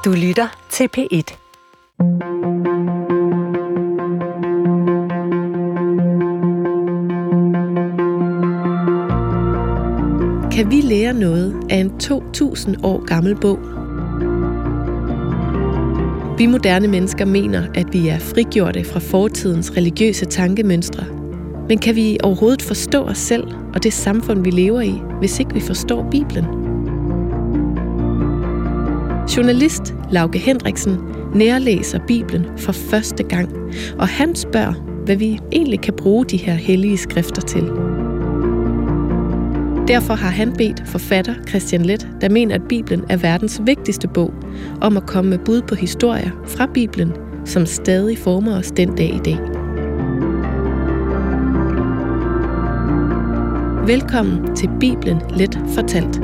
Du lytter til P1. Kan vi lære noget af en 2000 år gammel bog? Vi moderne mennesker mener, at vi er frigjorte fra fortidens religiøse tankemønstre. Men kan vi overhovedet forstå os selv og det samfund, vi lever i, hvis ikke vi forstår Bibelen? Journalist Lauke Hendriksen nærlæser Bibelen for første gang, og han spørger, hvad vi egentlig kan bruge de her hellige skrifter til. Derfor har han bedt forfatter Christian Leth, der mener, at Bibelen er verdens vigtigste bog, om at komme med bud på historier fra Bibelen, som stadig former os den dag i dag. Velkommen til Bibelen Let fortalt.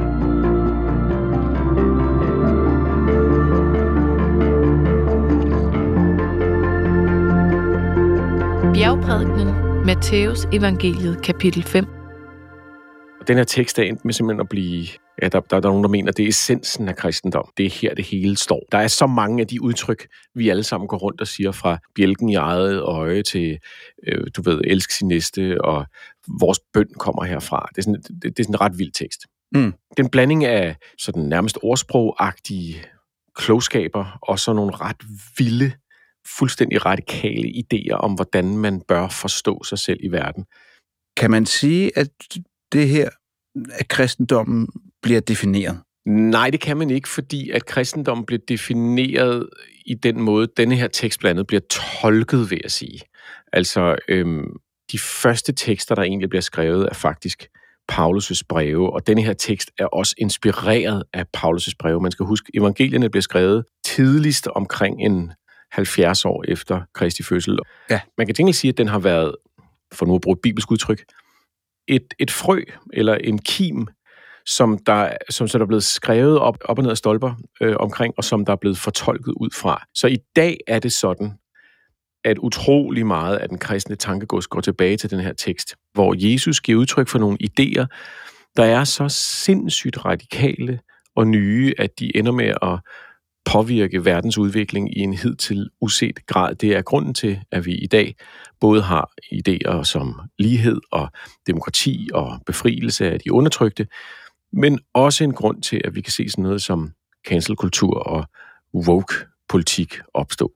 Bjergprædikenen, Matthæus evangeliet, kapitel 5. Den her tekst er endt med simpelthen at blive... Ja, der er nogen, der mener, at det er essensen af kristendom. Det er her, det hele står. Der er så mange af de udtryk, vi alle sammen går rundt og siger, fra bjælken i eget øje til, elsk sin næste, og vores bøn kommer herfra. Det er sådan en ret vild tekst. Det er en blanding af sådan nærmest ordsprogagtige klogskaber, og så nogle ret vilde, fuldstændig radikale idéer om, hvordan man bør forstå sig selv i verden. Kan man sige, at det her, at kristendommen bliver defineret? Nej, det kan man ikke, fordi at kristendommen bliver defineret i den måde, denne her tekst blandt andet bliver tolket, vil jeg sige. Altså, de første tekster, der egentlig bliver skrevet, er faktisk Paulus' breve, og denne her tekst er også inspireret af Paulus' breve. Man skal huske, evangelierne bliver skrevet tidligst omkring en 70 år efter Kristi fødsel. Ja. Man kan tænke sige, at den har været, for nu at bruge et bibelsk udtryk, et frø eller en kim, som der er blevet skrevet op og ned af stolper omkring, og som der er blevet fortolket ud fra. Så i dag er det sådan, at utrolig meget af den kristne tankegods går tilbage til den her tekst, hvor Jesus giver udtryk for nogle idéer, der er så sindssygt radikale og nye, at de ender med at påvirke verdens udvikling i en hidtil uset grad. Det er grunden til, at vi i dag både har idéer som lighed og demokrati og befrielse af de undertrykte, men også en grund til, at vi kan se sådan noget som cancelkultur og woke-politik opstå.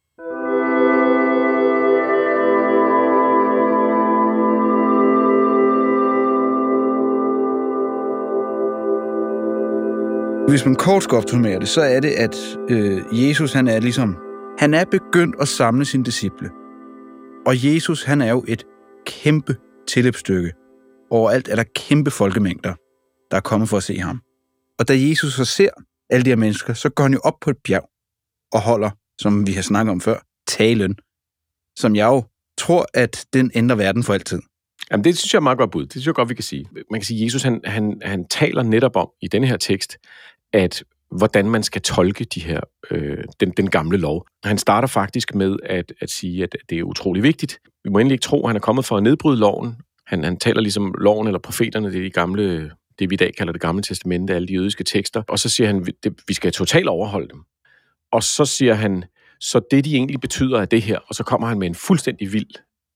Hvis man kort skal opsummere det, så er det, at Jesus, han er begyndt at samle sine disciple. Og Jesus, han er jo et kæmpe tilløbsstykke. Overalt er der kæmpe folkemængder, der er kommet for at se ham. Og da Jesus så ser alle de her mennesker, så går han jo op på et bjerg og holder, som vi har snakket om før, talen, som jeg jo tror, at den ændrer verden for altid. Jamen, det synes jeg er meget godt bud. Det synes jeg godt, vi kan sige. Man kan sige, at Jesus han taler netop om i denne her tekst, at hvordan man skal tolke de her, den gamle lov. Han starter faktisk med at sige, at det er utrolig vigtigt. Vi må endelig ikke tro, at han er kommet for at nedbryde loven. Han taler ligesom loven eller profeterne, det er de gamle, det vi i dag kalder det gamle testamente, alle de jødiske tekster. Og så siger han, at vi skal totalt overholde dem. Og så siger han, så det de egentlig betyder er det her. Og så kommer han med en fuldstændig vild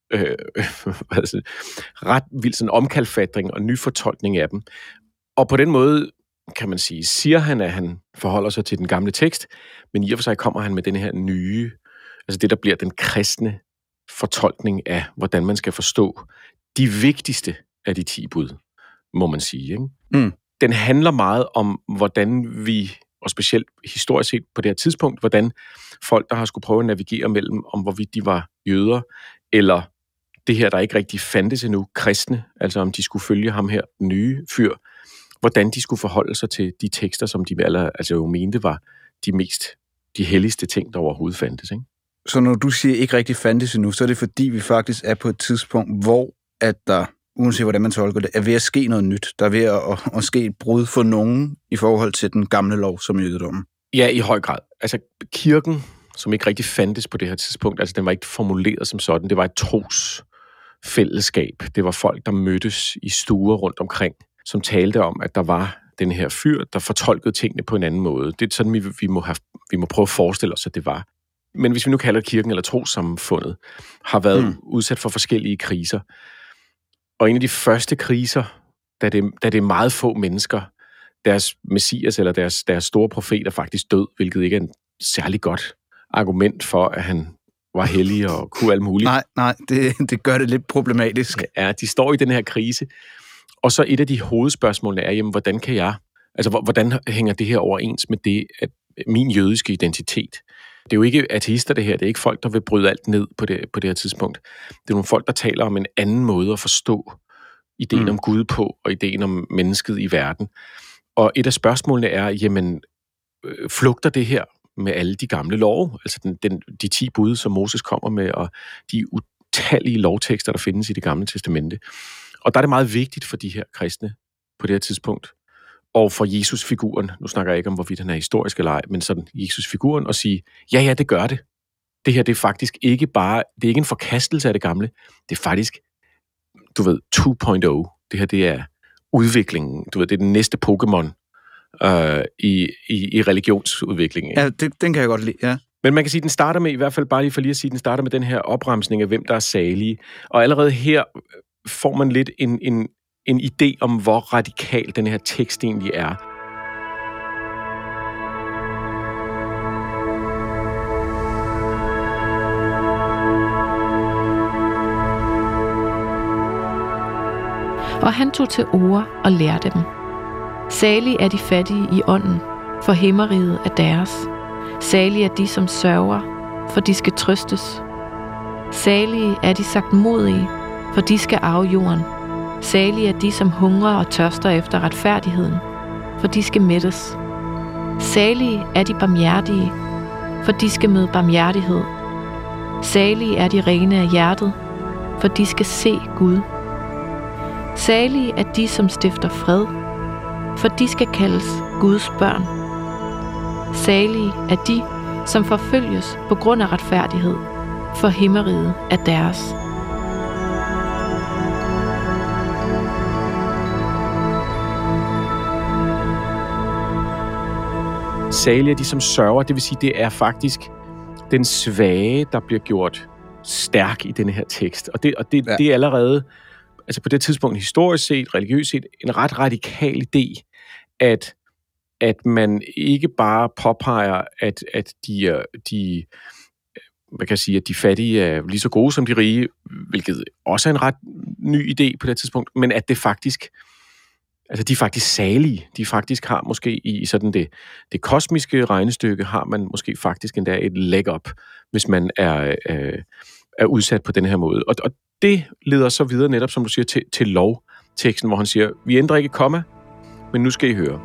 ret vild sådan omkalfatring og nyfortolkning af dem. Og på den måde, kan man sige, siger han, at han forholder sig til den gamle tekst, men i og for sig kommer han med den her nye, altså det, der bliver den kristne fortolkning af, hvordan man skal forstå de vigtigste af de 10 bud, må man sige. Ikke? Den handler meget om, hvordan vi, og specielt historisk set på det her tidspunkt, hvordan folk, der har skulle prøve at navigere mellem, om hvorvidt de var jøder, eller det her, der ikke rigtig fandtes endnu, kristne, altså om de skulle følge ham her, nye fyr, hvordan de skulle forholde sig til de tekster, som de jo mente var de helligste ting, der overhovedet fandtes. Ikke? Så når du siger ikke rigtig fandtes endnu, så er det fordi, vi faktisk er på et tidspunkt, hvor at der, uanset hvordan man tolker det, er ved at ske noget nyt. Der er ved at ske et brud for nogen i forhold til den gamle lov som jødedommen. Ja, i høj grad. Altså kirken, som ikke rigtig fandtes på det her tidspunkt, altså den var ikke formuleret som sådan, det var et trosfællesskab. Det var folk, der mødtes i stuer rundt omkring, som talte om, at der var den her fyr, der fortolkede tingene på en anden måde. Det er sådan, vi må prøve at forestille os, at det var. Men hvis vi nu kalder kirken eller trossamfundet, har været udsat for forskellige kriser. Og en af de første kriser, da det er meget få mennesker, deres messias eller deres store profet er faktisk død, hvilket ikke er en særlig godt argument for, at han var hellig og kunne alt muligt. Nej, det gør det lidt problematisk. Ja, de står i den her krise. Og så et af de hovedspørgsmålene er, jamen, hvordan hænger det her overens med det, at min jødiske identitet? Det er jo ikke ateister, det her. Det er ikke folk, der vil bryde alt ned på det her tidspunkt. Det er nogle folk, der taler om en anden måde at forstå ideen om Gud på, og ideen om mennesket i verden. Og et af spørgsmålene er, jamen, flugter det her med alle de gamle love? Altså de 10 bud, som Moses kommer med, og de utallige lovtekster, der findes i Det Gamle Testamente. Og der er det meget vigtigt for de her kristne på det her tidspunkt, og for Jesus-figuren, nu snakker jeg ikke om, hvorvidt han er historisk eller ej, men sådan Jesus-figuren, at sige, ja, det gør det. Det her, det er faktisk ikke bare, det er ikke en forkastelse af det gamle, det er faktisk, 2.0. Det her, det er udviklingen, det er den næste Pokémon i religionsudviklingen. Ja, den kan jeg godt lide, ja. Men man kan sige, den starter med, i hvert fald bare lige for lige at sige, den starter med den her opremsning af, hvem der er salige. Og allerede her får man lidt en idé om, hvor radikal den her tekst egentlig er. Og han tog til orde og lærte dem. Salige er de fattige i ånden, for himmeriget er deres. Salige er de, som sørger, for de skal trøstes. Salige er de sagtmodige, for de skal arve jorden. Salige er de, som hungrer og tørster efter retfærdigheden, for de skal mættes. Salige er de barmhjertige, for de skal møde barmhjertighed. Salige er de rene af hjertet, for de skal se Gud. Salige er de, som stifter fred, for de skal kaldes Guds børn. Salige er de, som forfølges på grund af retfærdighed, for himmeriget er deres. Salige er de, som sørger, det vil sige, det er faktisk den svage, der bliver gjort stærk i denne her tekst. Og det er allerede, altså på det tidspunkt historisk set, religiøst set, en ret radikal idé, at man ikke bare påpeger, at man kan sige, at de fattige er lige så gode som de rige, hvilket også er en ret ny idé på det tidspunkt, men at det faktisk, altså de er faktisk salige. De faktisk har måske i sådan det kosmiske regnestykke, har man måske faktisk endda et leg up, hvis man er udsat på den her måde. Og det leder så videre netop, som du siger, til lovteksten, hvor han siger, vi ændrer ikke komma, men nu skal I høre.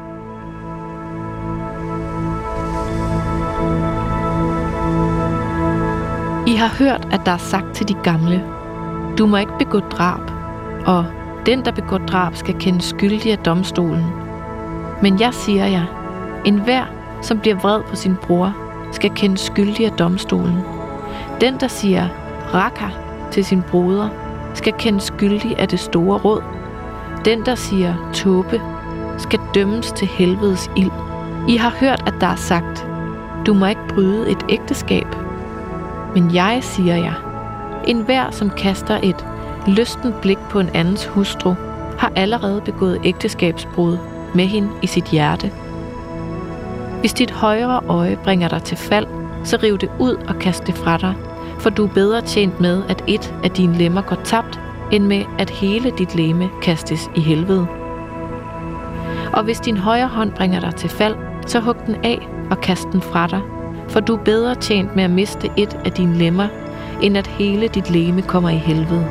I har hørt, at der er sagt til de gamle, du må ikke begå drab, og den, der begår drab, skal kendes skyldig af domstolen. Men jeg siger jer, enhver, som bliver vred på sin bror, skal kendes skyldig af domstolen. Den, der siger raka til sin broder, skal kendes skyldig af det store råd. Den, der siger tåbe, skal dømmes til helvedes ild. I har hørt, at der er sagt, du må ikke bryde et ægteskab. Men jeg siger jer, enhver, som kaster et lystent blik på en andens hustru, har allerede begået ægteskabsbrud med hende i sit hjerte. Hvis dit højre øje bringer dig til fald, så riv det ud og kast det fra dig, for du er bedre tjent med, at et af dine lemmer går tabt, end med, at hele dit legeme kastes i helvede. Og hvis din højre hånd bringer dig til fald, så hug den af og kast den fra dig, for du er bedre tjent med at miste et af dine lemmer, end at hele dit legeme kommer i helvede.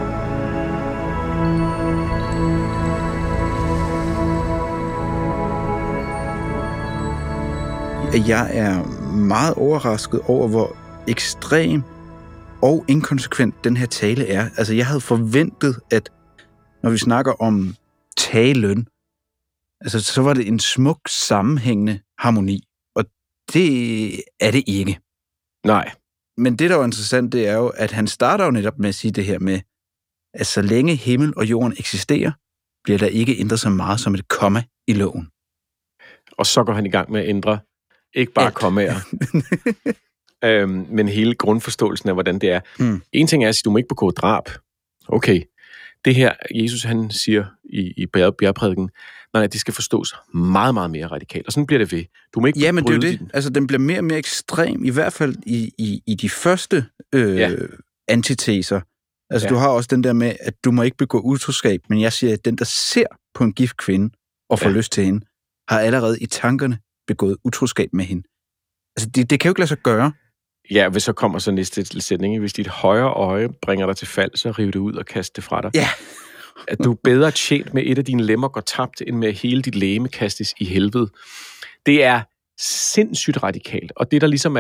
Jeg er meget overrasket over, hvor ekstrem og inkonsekvent den her tale er. Altså, jeg havde forventet, at når vi snakker om tageløn, altså, så var det en smuk, sammenhængende harmoni. Og det er det ikke. Nej. Men det, der er interessant, det er jo, at han starter jo netop med at sige det her med, at så længe himmel og jorden eksisterer, bliver der ikke ændret så meget som et komma i loven. Og så går han i gang med at ændre ikke bare kommaer, men hele grundforståelsen af, hvordan det er. En ting er at sige, du må ikke begå drab. Okay, det her, Jesus han siger i bjergprædiken, nej, det skal forstås meget, meget mere radikalt. Og sådan bliver det ved. Du må ikke ja, men det er det. Altså, den bliver mere og mere ekstrem, i hvert fald i de første antiteser. Altså, du har også den der med, at du må ikke begå utroskab, men jeg siger, at den, der ser på en gift kvinde og får lyst til hende, har allerede i tankerne begået utroskab med hende. Altså, det kan jo ikke lade sig gøre. Ja, hvis så kommer så næste sætning, hvis dit højre øje bringer dig til fald, så riv det ud og kast det fra dig. Ja. At du er bedre tjent med et af dine lemmer går tabt, end med hele dit legeme kastes i helvede. Det er sindssygt radikalt, og det der ligesom er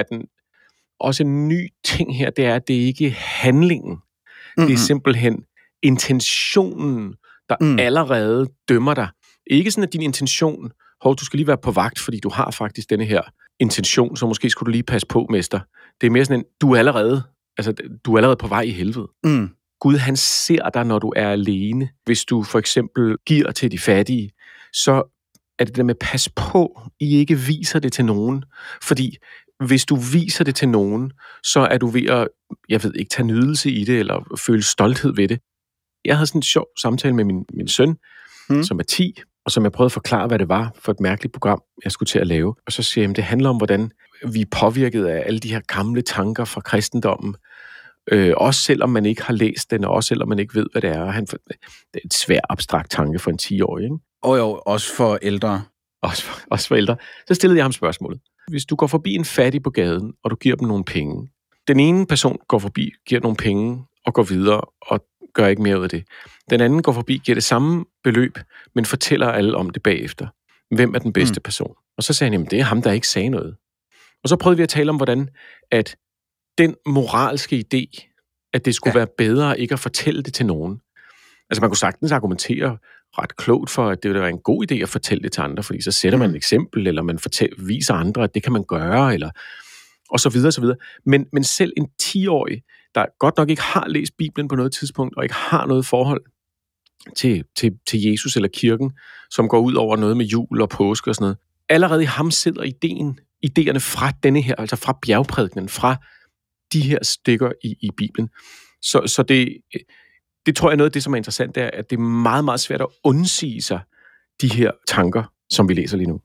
også en ny ting her, det er, at det ikke er handlingen. Det er simpelthen intentionen, der allerede dømmer dig. Ikke sådan, at din intention, du skal lige være på vagt, fordi du har faktisk denne her intention, så måske skulle du lige passe på, mester. Det er mere sådan en, du er allerede på vej i helvede. Gud, han ser dig, når du er alene. Hvis du for eksempel giver til de fattige, så er det der med, pas på, I ikke viser det til nogen. Fordi hvis du viser det til nogen, så er du ved at, tage nydelse i det, eller føle stolthed ved det. Jeg havde sådan en sjov samtale med min søn, som er 10, og som jeg prøvede at forklare, hvad det var for et mærkeligt program, jeg skulle til at lave. Og så siger jeg, det handler om, hvordan vi er påvirket af alle de her gamle tanker fra kristendommen. Også selvom man ikke har læst den, og også selvom man ikke ved, hvad det er. Det er et svært abstrakt tanke for en 10-årig, ikke? Og jo, også for ældre. Også for ældre. Så stillede jeg ham spørgsmålet. Hvis du går forbi en fattig på gaden, og du giver dem nogle penge. Den ene person går forbi, giver nogle penge, og går videre, og gør ikke mere ud af det. Den anden går forbi, giver det samme beløb, men fortæller alle om det bagefter. Hvem er den bedste person? Og så sagde han, jamen det er ham, der ikke sagde noget. Og så prøvede vi at tale om, hvordan at den moralske idé, at det skulle være bedre ikke at fortælle det til nogen. Altså man kunne sagtens argumentere ret klogt for, at det ville være en god idé at fortælle det til andre, fordi så sætter man et eksempel, eller man viser andre, at det kan man gøre, eller og så videre, så videre. Men selv en 10-årig, der godt nok ikke har læst Bibelen på noget tidspunkt, og ikke har noget forhold til Jesus eller kirken, som går ud over noget med jul og påske og sådan noget. Allerede i ham sidder idéerne fra denne her, altså fra bjergprædikenen, fra de her stykker i Bibelen. Så det tror jeg er noget af det, som er interessant, er, at det er meget, meget svært at undsige sig de her tanker, som vi læser lige nu.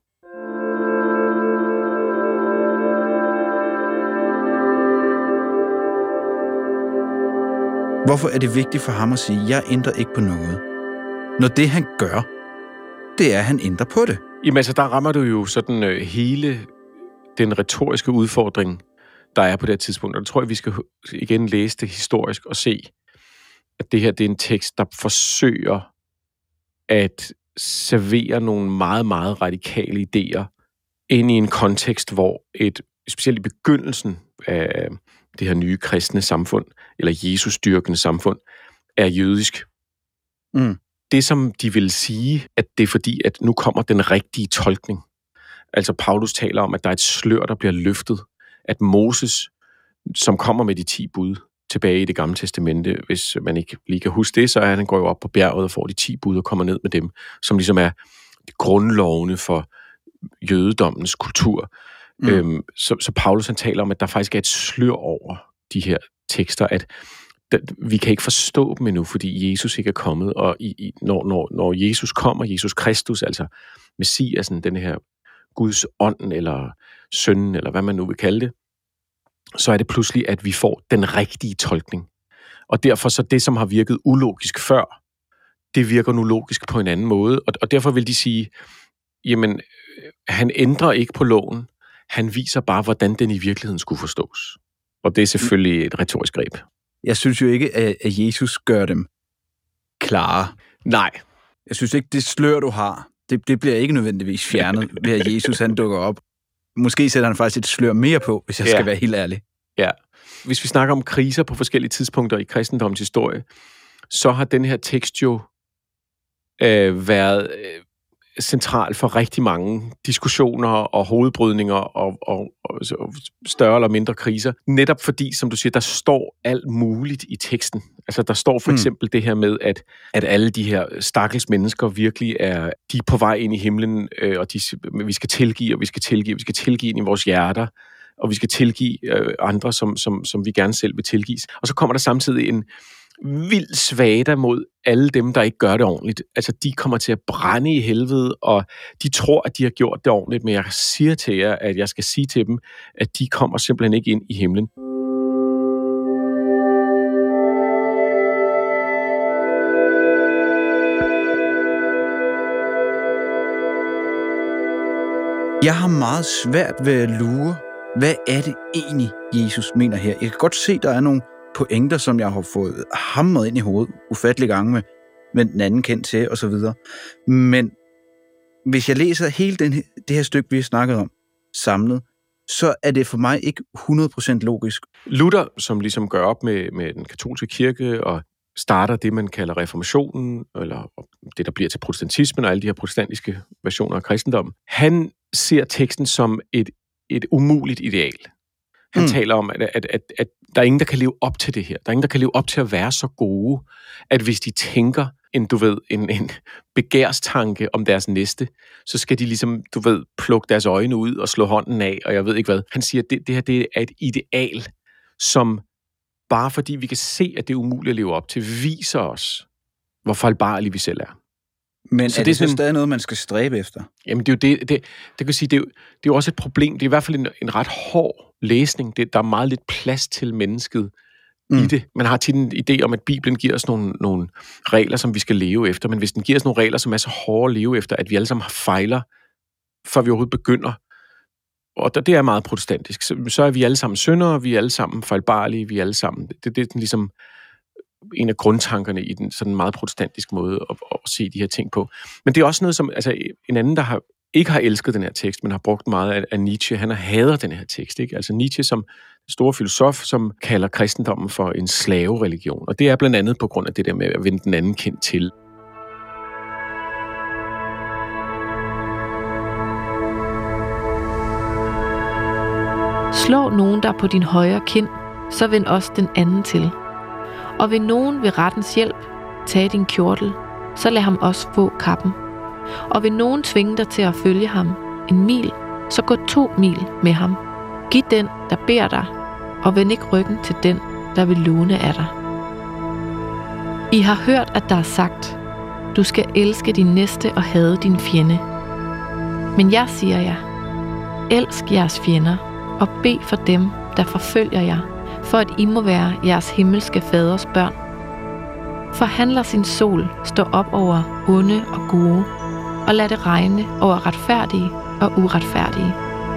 Hvorfor er det vigtigt for ham at sige, jeg ændrer ikke på noget? Når det, han gør, det er, at han ændrer på det. Jamen altså, der rammer du jo sådan hele den retoriske udfordring, der er på det tidspunkt. Og jeg tror, at vi skal igen læse det historisk og se, at det her det er en tekst, der forsøger at servere nogle meget, meget radikale idéer ind i en kontekst, hvor specielt i begyndelsen af det her nye kristne samfund, eller Jesus-dyrkende samfund, er jødisk. Det, som de vil sige, at det er fordi, at nu kommer den rigtige tolkning. Altså Paulus taler om, at der er et slør, der bliver løftet. At Moses, som kommer med de 10 bud tilbage i det gamle testamente, hvis man ikke lige kan huske det, så han går jo op på bjerget og får de 10 bud og kommer ned med dem, som ligesom er grundlovene for jødedommens kultur. Så Paulus han taler om, at der faktisk er et slør over de her tekster, at vi kan ikke forstå dem endnu, fordi Jesus ikke er kommet, og når Jesus kommer, Jesus Kristus, altså Messiasen, den her Guds ånd, eller sønnen, eller hvad man nu vil kalde det, så er det pludselig, at vi får den rigtige tolkning. Og derfor så det, som har virket ulogisk før, det virker nu logisk på en anden måde, og derfor vil de sige, jamen, han ændrer ikke på loven, han viser bare, hvordan den i virkeligheden skulle forstås. Og det er selvfølgelig et retorisk greb. Jeg synes jo ikke, at Jesus gør dem klare. Nej. Jeg synes ikke, det slør, du har, det bliver ikke nødvendigvis fjernet ved, at Jesus han dukker op. Måske sætter han faktisk et slør mere på, hvis jeg skal være helt ærlig. Ja. Hvis vi snakker om kriser på forskellige tidspunkter i kristendommens historie, så har den her tekst jo været central for rigtig mange diskussioner og hovedbrydninger og større eller mindre kriser. Netop fordi, som du siger, der står alt muligt i teksten. Altså, der står for eksempel det her med, at alle de her stakkels mennesker virkelig de er på vej ind i himlen, og vi skal tilgive, og vi skal tilgive, vi skal tilgive ind i vores hjerter, og vi skal tilgive andre, som vi gerne selv vil tilgives. Og så kommer der samtidig en vild svada mod alle dem, der ikke gør det ordentligt. Altså, de kommer til at brænde i helvede, og de tror, at de har gjort det ordentligt, men jeg siger til jer, at jeg skal sige til dem, at de kommer simpelthen ikke ind i himlen. Jeg har meget svært ved at lure, hvad er det egentlig, Jesus mener her? Jeg kan godt se, der er nogle pointer, som jeg har fået hamret ind i hovedet ufattelig gange med den anden kendt til, og så videre. Men hvis jeg læser hele det her stykke, vi har snakket om, samlet, så er det for mig ikke 100% logisk. Luther, som ligesom gør op med den katolske kirke og starter det, man kalder reformationen, eller det, der bliver til protestantismen og alle de her protestantiske versioner af kristendommen, han ser teksten som et umuligt ideal. Han taler om, at der er ingen, der kan leve op til det her. Der er ingen, der kan leve op til at være så gode, at hvis de tænker en begærstanke om deres næste, så skal de ligesom, plukke deres øjne ud og slå hånden af, og jeg ved ikke hvad. Han siger, at det her det er et ideal, som bare fordi vi kan se, at det er umuligt at leve op til, viser os, hvor fejlbarlige vi selv er. Men så er det så stadig noget, man skal stræbe efter? Jamen, det er jo det kan sige, det er jo også et problem. Det er i hvert fald en ret hård læsning. Der er meget lidt plads til mennesket i det. Man har tit en idé om, at Bibelen giver os nogle regler, som vi skal leve efter, men hvis den giver os nogle regler, som er så hårde at leve efter, at vi alle sammen har fejler, før vi overhovedet begynder, og det er meget protestantisk, så er vi alle sammen syndere, vi er alle sammen fejlbarlige, vi er alle sammen... Det er ligesom en af grundtankerne i den sådan meget protestantisk måde at se de her ting på. Men det er også noget, som altså en anden, der ikke har elsket den her tekst, men har brugt meget af Nietzsche, han hader den her tekst. Ikke? Altså Nietzsche som store filosof, som kalder kristendommen for en slavereligion. Og det er blandt andet på grund af det der med at vende den anden kind til. Slå nogen, der på din højre kind, så vend også den anden til. Og vil nogen ved rettens hjælp tage din kjortel, så lad ham også få kappen. Og vil nogen tvinge dig til at følge ham 1 mil, så gå 2 mil med ham. Giv den, der beder dig, og vend ikke ryggen til den, der vil låne af dig. I har hørt, at der er sagt, du skal elske din næste og hade din fjende. Men jeg siger jer, elsk jeres fjender, og bed for dem, der forfølger jer, for at I må være jeres himmelske faders børn. For han lader sin sol stå op over onde og gode, og lad det regne over retfærdige og uretfærdige.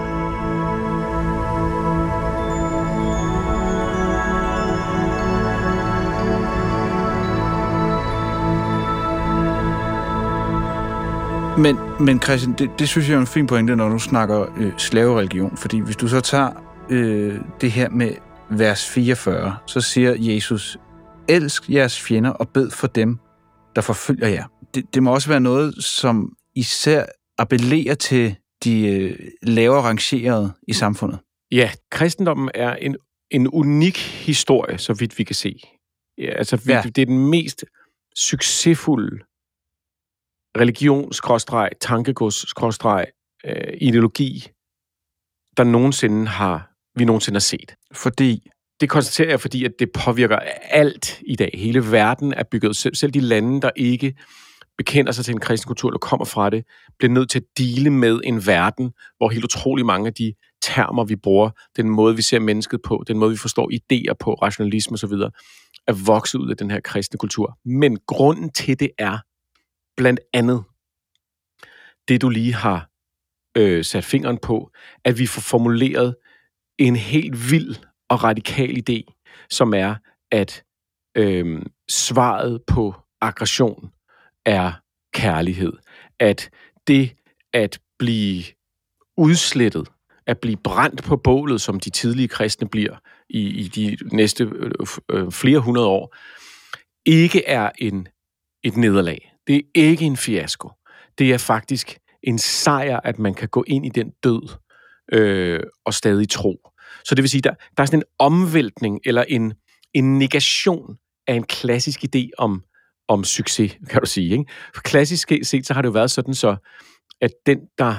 Men Christian, det synes jeg er en fin pointe, når du snakker slavereligion, fordi hvis du så tager det her med vers 44, så siger Jesus, elsk jeres fjender og bed for dem, der forfølger jer. Det må også være noget, som især appellerer til de lavere rangerede i samfundet. Ja, kristendommen er en unik historie, så vidt vi kan se. Ja, altså, det er den mest succesfulde religions-tankegods-ideologi, vi nogensinde har set. Fordi? Det konstaterer jeg, fordi at det påvirker alt i dag. Hele verden er bygget. Selv de lande, der ikke bekender sig til en kristen kultur, eller kommer fra det, bliver nødt til at deale med en verden, hvor helt utrolig mange af de termer, vi bruger, den måde, vi ser mennesket på, den måde, vi forstår idéer på, rationalisme osv., er vokset ud af den her kristne kultur. Men grunden til det er blandt andet det, du lige har sat fingeren på, at vi får formuleret en helt vild og radikal idé, som er, at svaret på aggression er kærlighed. At det at blive udslettet, at blive brændt på bålet, som de tidlige kristne bliver i de næste flere hundrede år, ikke er et nederlag. Det er ikke en fiasko. Det er faktisk en sejr, at man kan gå ind i den død og stadig tro. Så det vil sige, der er sådan en omvæltning eller en negation af en klassisk idé om succes, kan du sige. Ikke? For klassisk set, så har det jo været sådan så, at den, der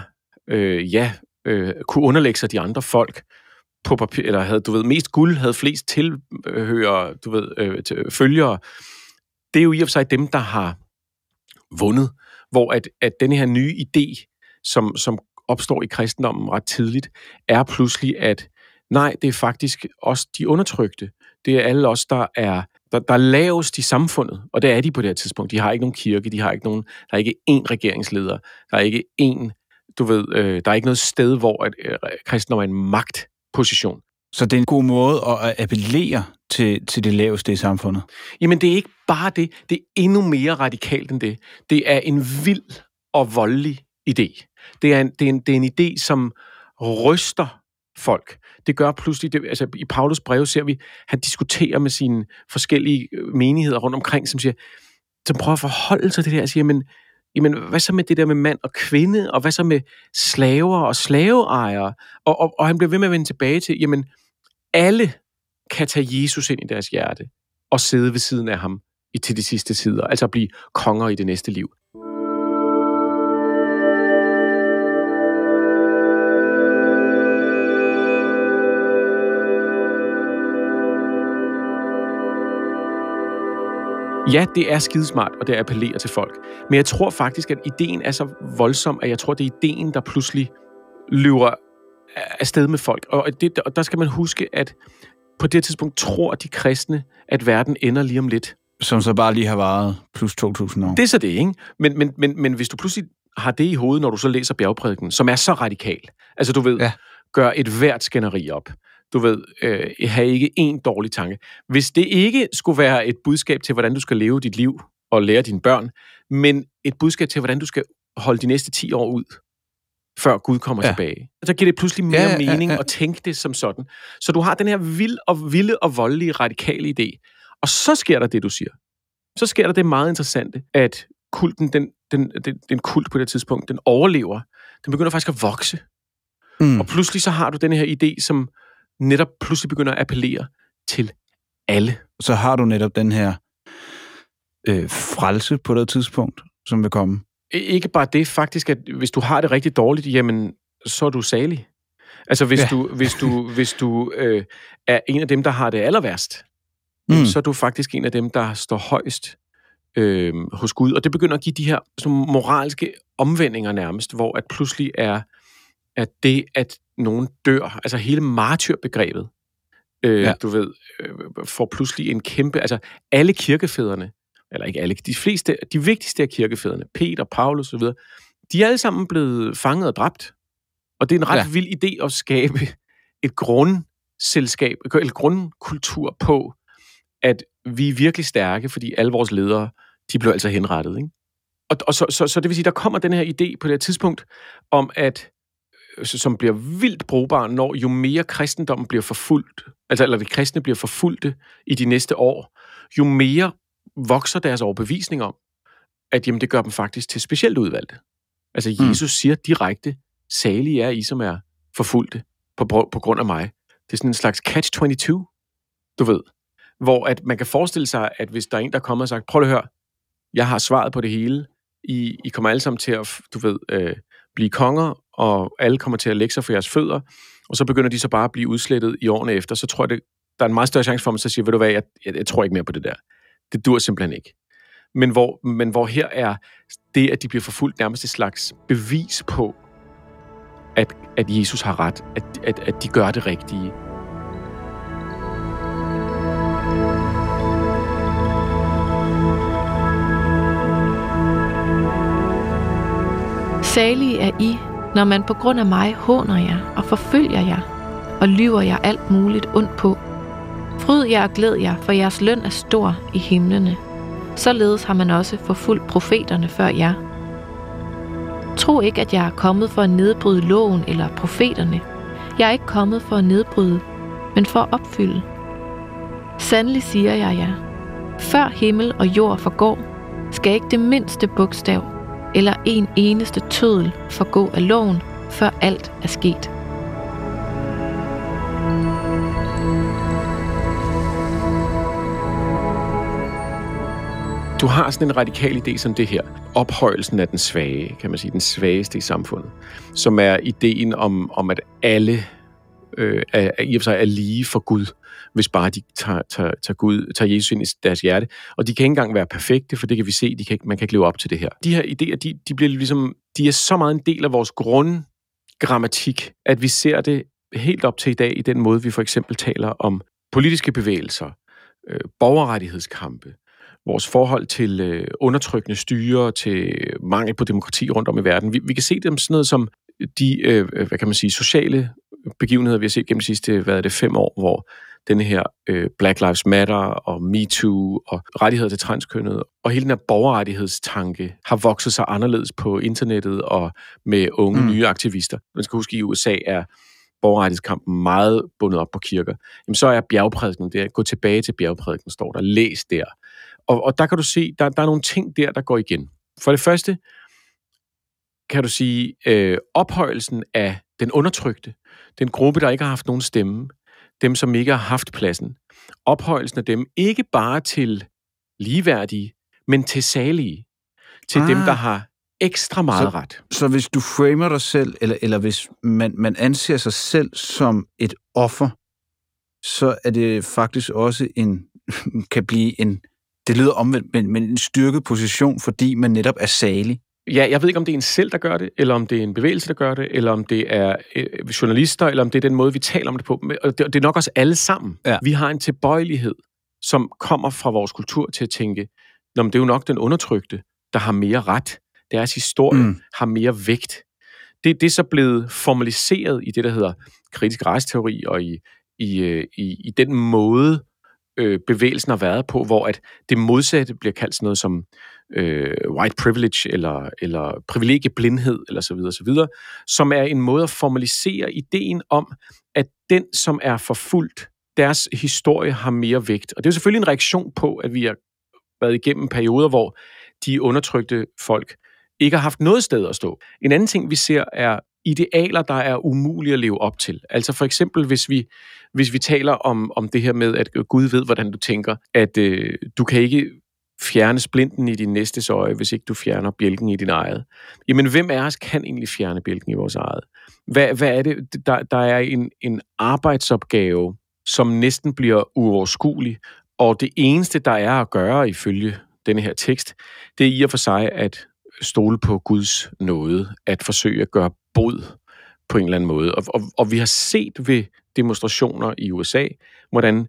kunne underlægge sig de andre folk på papir, eller havde, mest guld, havde flest tilhører, følgere, det er jo i og for sig dem, der har vundet, hvor at denne her nye idé, som opstår i kristendommen ret tidligt, er pludselig, at nej, det er faktisk os, de undertrykte. Det er alle os, der er lavest i samfundet, og det er de på det her tidspunkt. De har ikke nogen kirke, der er ikke én regeringsleder, der er ikke der er ikke noget sted, hvor kristendom er en magtposition. Så det er en god måde at appellere til det laveste i samfundet? Jamen, det er ikke bare det. Det er endnu mere radikalt end det. Det er en vild og voldelig idé. Det er en idé, som ryster folk. Det gør pludselig, i Paulus brev ser vi, han diskuterer med sine forskellige menigheder rundt omkring, som prøver at forholde sig til det her, og siger, jamen, hvad så med det der med mand og kvinde, og hvad så med slaver og slaveejere? Og han bliver ved med at vende tilbage til, jamen, alle kan tage Jesus ind i deres hjerte, og sidde ved siden af ham til de sidste tider, altså blive konger i det næste liv. Ja, det er skidesmart, og det appellerer til folk. Men jeg tror faktisk, at ideen er så voldsom, at jeg tror, det er ideen, der pludselig løber afsted med folk. Og der skal man huske, at på det tidspunkt tror de kristne, at verden ender lige om lidt. Som så bare lige har varet plus 2.000 år. Det er så det, ikke? Men hvis du pludselig har det i hovedet, når du så læser bjergprædiken, som er så radikal, altså du ved, gør et hvert skænderi op. Du ved, have ikke én dårlig tanke. Hvis det ikke skulle være et budskab til, hvordan du skal leve dit liv og lære dine børn, men et budskab til, hvordan du skal holde de næste 10 år ud, før Gud kommer tilbage. Så giver det pludselig mere mening at tænke det som sådan. Så du har den her vilde og voldelige, radikale idé. Og så sker der det, du siger. Så sker der det meget interessante, at kulten, den kult på det tidspunkt, den overlever. Den begynder faktisk at vokse. Og pludselig så har du den her idé, som netop pludselig begynder at appellere til alle. Så har du netop den her frelse på det tidspunkt, som vil komme. Ikke bare det, faktisk, at hvis du har det rigtig dårligt, jamen, så er du salig. Altså, hvis du er en af dem, der har det aller værst, så er du faktisk en af dem, der står højst hos Gud. Og det begynder at give de her moralske omvendinger nærmest, hvor at pludselig er at det, at nogen dør, altså hele martyrbegrebet, får pludselig en kæmpe, altså alle kirkefædrene, eller ikke alle, de vigtigste af kirkefædrene, Peter, Paulus og så videre, de er alle sammen blevet fanget og dræbt. Og det er en ret vild idé at skabe et grundselskab, eller grundkultur på, at vi er virkelig stærke, fordi alle vores ledere, de blev altså henrettet, ikke? Og så det vil sige, der kommer den her idé på det her tidspunkt, om at som bliver vildt brugbar, når jo mere kristendommen bliver forfulgt, eller de kristne bliver forfulgte i de næste år, jo mere vokser deres overbevisning om, at jamen, det gør dem faktisk til specielt udvalgte. Altså Jesus siger direkte, salige er I, som er forfulgte på grund af mig. Det er sådan en slags catch-22, du ved, hvor at man kan forestille sig, at hvis der er en, der kommer og sagt, prøv at høre, jeg har svaret på det hele, I kommer alle sammen til at, blive konger, og alle kommer til at lægge sig for jeres fødder, og så begynder de så bare at blive udslettet i årene efter, så tror jeg, der er en meget større chance for, at man så siger, ved du hvad, jeg tror ikke mere på det der. Det dur simpelthen ikke. Men hvor her er det, at de bliver forfulgt, nærmest et slags bevis på, at Jesus har ret, at de gør det rigtige. Salige er I, når man på grund af mig håner jer og forfølger jer og lyver jer alt muligt ondt på. Fryd jer og glæd jer, for jeres løn er stor i himlene. Således har man også forfulgt profeterne før jer. Tro ikke, at jeg er kommet for at nedbryde loven eller profeterne. Jeg er ikke kommet for at nedbryde, men for at opfylde. Sandelig siger jeg jer, før himmel og jord forgår, skal ikke det mindste bogstav eller en eneste tøddel forgå af loven, før alt er sket. Du har sådan en radikal idé som det her. Ophøjelsen af den svage, kan man sige, den svageste i samfundet, som er ideen om at alle i og for sig er lige for Gud, hvis bare de tager Jesus ind i deres hjerte. Og de kan ikke engang være perfekte, for det kan vi se, man kan ikke leve op til det her. De her idéer, de bliver ligesom, de er så meget en del af vores grundgrammatik, at vi ser det helt op til i dag i den måde, vi for eksempel taler om politiske bevægelser, borgerrettighedskampe, vores forhold til undertrykkende styre, til mangel på demokrati rundt om i verden. Vi kan se dem sådan noget som de, sociale begivenheder, vi har set gennem de sidste, 5 år, hvor denne her Black Lives Matter og MeToo og rettigheder til transkønnede og hele den her borgerrettighedstanke har vokset sig anderledes på internettet og med unge nye aktivister. Man skal huske, at i USA er borgerrettighedskampen meget bundet op på kirker. Jamen, så er bjergprædiken der. Gå tilbage til bjergprædiken, står der. Læs der. Og der kan du se, der er nogle ting der går igen. For det første kan du sige, ophøjelsen af den undertrykte, den gruppe, der ikke har haft nogen stemme, dem, som ikke har haft pladsen, ophøjelsen af dem, ikke bare til ligeværdige, men til salige, til dem, der har ekstra meget ret. Så hvis du framer dig selv, eller hvis man anser sig selv som et offer, så er det faktisk også kan blive en, det lyder omvendt, men en styrket position, fordi man netop er salig. Ja, jeg ved ikke, om det er en selv, der gør det, eller om det er en bevægelse, der gør det, eller om det er journalister, eller om det er den måde, vi taler om det på. Det er nok også alle sammen. Ja. Vi har en tilbøjelighed, som kommer fra vores kultur til at tænke, det er jo nok den undertrykte, der har mere ret. Deres historie har mere vægt. Det er så blevet formaliseret i det, der hedder kritisk racesteori, og i den måde, bevægelsen har været på, hvor at det modsatte bliver kaldt sådan noget som white privilege, eller privilegieblindhed, eller så videre, som er en måde at formalisere ideen om, at den, som er forfulgt, deres historie har mere vægt. Og det er jo selvfølgelig en reaktion på, at vi har været igennem perioder, hvor de undertrykte folk ikke har haft noget sted at stå. En anden ting, vi ser, er idealer, der er umulige at leve op til. Altså for eksempel, hvis vi taler om det her med, at Gud ved, hvordan du tænker, at du kan ikke fjerne splinten i din næstes øje, hvis ikke du fjerner bjælken i din eget. Jamen, hvem af os kan egentlig fjerne bjælken i vores eget? Hvad er det? Der er en arbejdsopgave, som næsten bliver uoverskuelig, og det eneste, der er at gøre ifølge denne her tekst, det er i og for sig at stole på Guds nåde, at forsøge at gøre bod på en eller anden måde. Og vi har set ved demonstrationer i USA, hvordan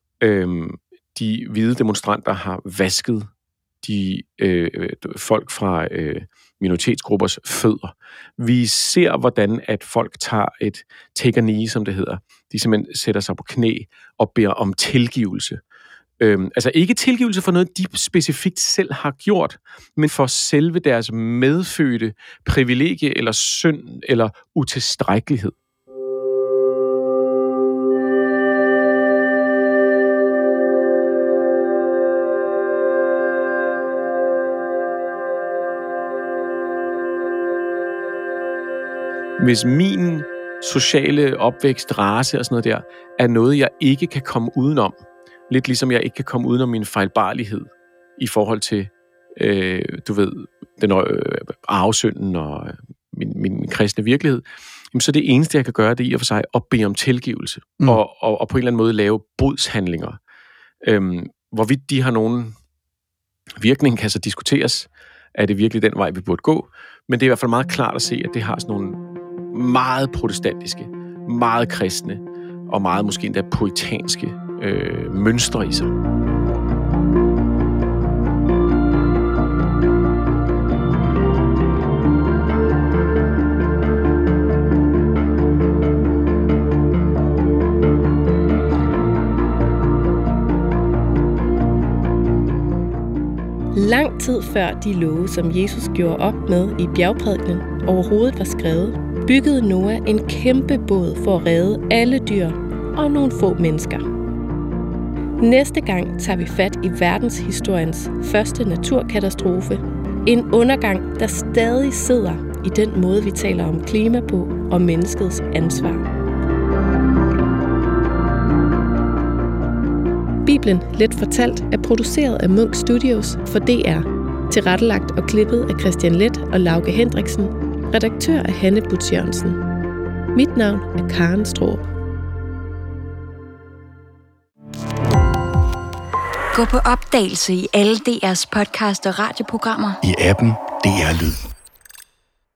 de hvide demonstranter har vasket de folk fra minoritetsgruppers fødder. Vi ser, hvordan at folk tager et take a knee, som det hedder. De simpelthen sætter sig på knæ og beder om tilgivelse. Altså ikke tilgivelse for noget, de specifikt selv har gjort, men for selve deres medfødte privilegie eller synd eller utilstrækkelighed. Hvis min sociale opvækst, race og sådan noget der, er noget, jeg ikke kan komme udenom, lidt ligesom jeg ikke kan komme udenom min fejlbarlighed i forhold til, den arvesynden og min kristne virkelighed, så det eneste, jeg kan gøre, det er i og for sig at bede om tilgivelse og på en eller anden måde lave bodshandlinger. Hvorvidt de har nogen virkning, kan så diskuteres. Er det virkelig den vej, vi burde gå? Men det er i hvert fald meget klart at se, at det har sådan nogle meget protestantiske, meget kristne og meget måske endda puritanske mønstre i sig. Lang tid før de love, som Jesus gjorde op med i bjergprædikenen, overhovedet var skrevet, byggede Noah en kæmpe båd for at redde alle dyr og nogle få mennesker. Næste gang tager vi fat i verdenshistoriens første naturkatastrofe, En undergang, der stadig sidder i den måde, vi taler om klima på og menneskets ansvar. Bibelen Let Fortalt er produceret af Munk Studios for DR. Tilrettelagt og klippet af Christian Leth og Lauke Hendriksen. Redaktør er Hanne Butz Jørgensen. Mit navn er Karen Straarup. Gå på opdagelse i alle DR's podcast og radioprogrammer. I appen DR Lyd.